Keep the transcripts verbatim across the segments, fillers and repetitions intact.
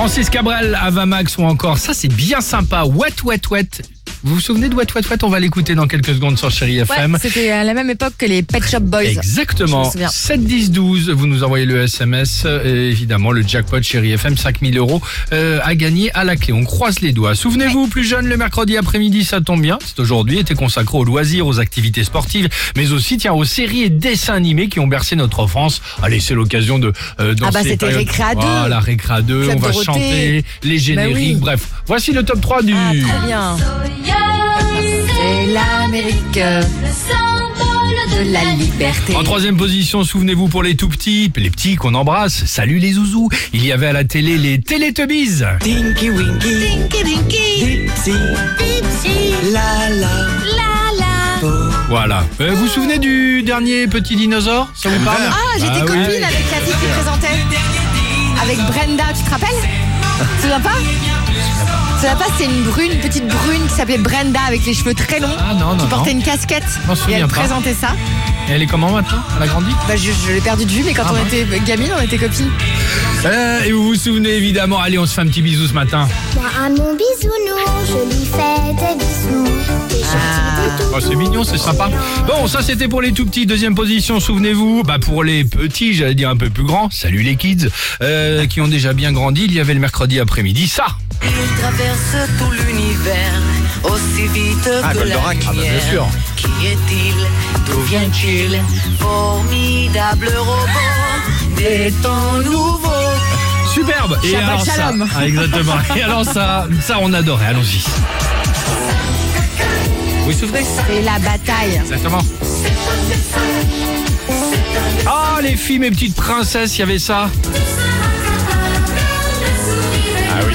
Francis Cabrel, Ava Max ou encore, ça c'est bien sympa, Wet Wet Wet. Vous vous souvenez de Wet Wet Wet? On va l'écouter dans quelques secondes sur Chérie F M. Ouais, c'était à la même époque que les Pet Shop Boys. Exactement. sept dix douze, vous nous envoyez le S M S. Et évidemment, le jackpot Chérie F M, cinq mille euros euh, à gagner à la clé. On croise les doigts. Souvenez-vous, plus jeune, le mercredi après-midi, ça tombe bien. C'est aujourd'hui, était consacré aux loisirs, aux activités sportives, mais aussi, tiens, aux séries et dessins animés qui ont bercé notre enfance. Allez, c'est l'occasion de euh, danser. Ah bah c'était Récréa deux. Voilà, Récréa deux, Club on va Dorothée. chanter les génériques. Bah oui. Bref, voici le top trois du... Ah, très bien. C'est l'Amérique, le symbole de la liberté. En troisième position, souvenez-vous pour les tout petits, les petits qu'on embrasse, salut les zouzous. Il y avait à la télé les Teletubbies. Tinky Winky, Dinky Dinky, Dipsy, Dipsy, La La, la la. Po. Voilà. Euh, vous vous souvenez du dernier petit dinosaure? Ça vous parle? Ah, j'étais Ah oui. copine avec la fille qui présentait. Avec Brenda, tu te rappelles? Tu te souviens pas? Tu te souviens pas, c'était une brune, une petite brune qui s'appelait Brenda avec les cheveux très longs. Ah non, non, qui portait non. une casquette. Je m'en Et souviens elle pas. présentait ça. Et elle est comment maintenant? Elle a grandi? Bah, je, je l'ai perdu de vue, mais quand Ah on bon était gamine, on était copines. Euh, et vous vous souvenez évidemment, allez on se fait un petit bisou ce matin. Moi à mon bisounours, je lui fais des bisous. Des gentils des Oh, c'est mignon, c'est sympa. Bon, ça c'était pour les tout petits. Deuxième position, souvenez-vous, bah pour les petits, j'allais dire un peu plus grands, salut les kids, euh, qui ont déjà bien grandi, il y avait le mercredi après-midi, ça. Il traverse tout l'univers aussi vite Ah, que la Goldorak. lumière. Ah bah, bien sûr. Qui est-il? D'où vient-il? Formidable robot des temps nouveaux. Superbe. Et Shabbat alors ça, shalom. ah, exactement. Et alors ça, ça on adorait. Allons-y. Vous vous souvenez? C'est la bataille. Exactement. Ah, les filles, mes petites princesses, il y avait ça. Ah oui.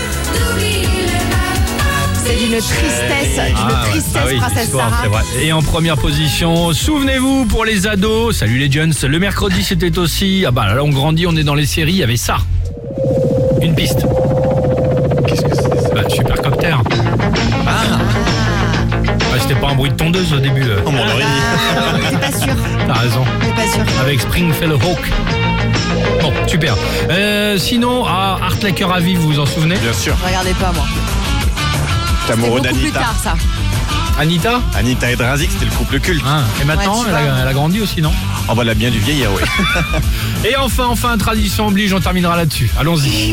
C'est d'une tristesse, d'une Ah, ouais. tristesse, Ah oui, princesse l'histoire, Sarah. c'est vrai. Et en première position, souvenez-vous pour les ados, salut les jeunes, le mercredi c'était aussi, ah bah là on grandit, on est dans les séries, il y avait ça. Une piste. Qu'est-ce que c'est ça? Bah, Supercopter. Ah, Ouais, c'était pas un bruit de tondeuse au début. euh. on m'en aurait dit. Ah, t'es pas sûr, T'as raison. t'es pas sûr. Avec Springfield Hawk. Bon, super. Euh, sinon, ah, Art Laker à vivre, vous vous en souvenez? Bien sûr. Regardez pas moi. T'es C'est amoureux beaucoup plus d'Anita. tard ça. Anita? Anita et Drazik, c'était le couple culte. Ah, et maintenant, Ouais, tu elle, a, vois. elle a grandi aussi, non? Oh bah, elle a bien du vieillir, ouais. Et enfin, enfin, tradition oblige, on terminera là-dessus. Allons-y.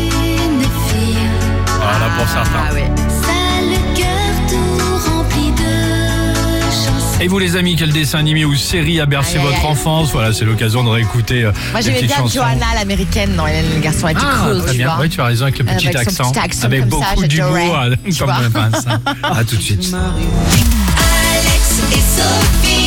Voilà pour certains. Ah ouais. Et vous les amis, quel dessin animé ou série a bercé Aïe, aïe, votre aïe. enfance? Voilà, c'est l'occasion de réécouter euh, Moi les j'aimais petites bien chansons. Johanna l'américaine dans Hélène le garçon, elle était Ah, cool, très tu bien. vois. Oui, tu as raison avec le petit Avec son accent. petit accent avec comme ça, beaucoup d'humour. j'adorais, euh, tu Comme vois. le prince. À tout de suite. Alex et Sophie.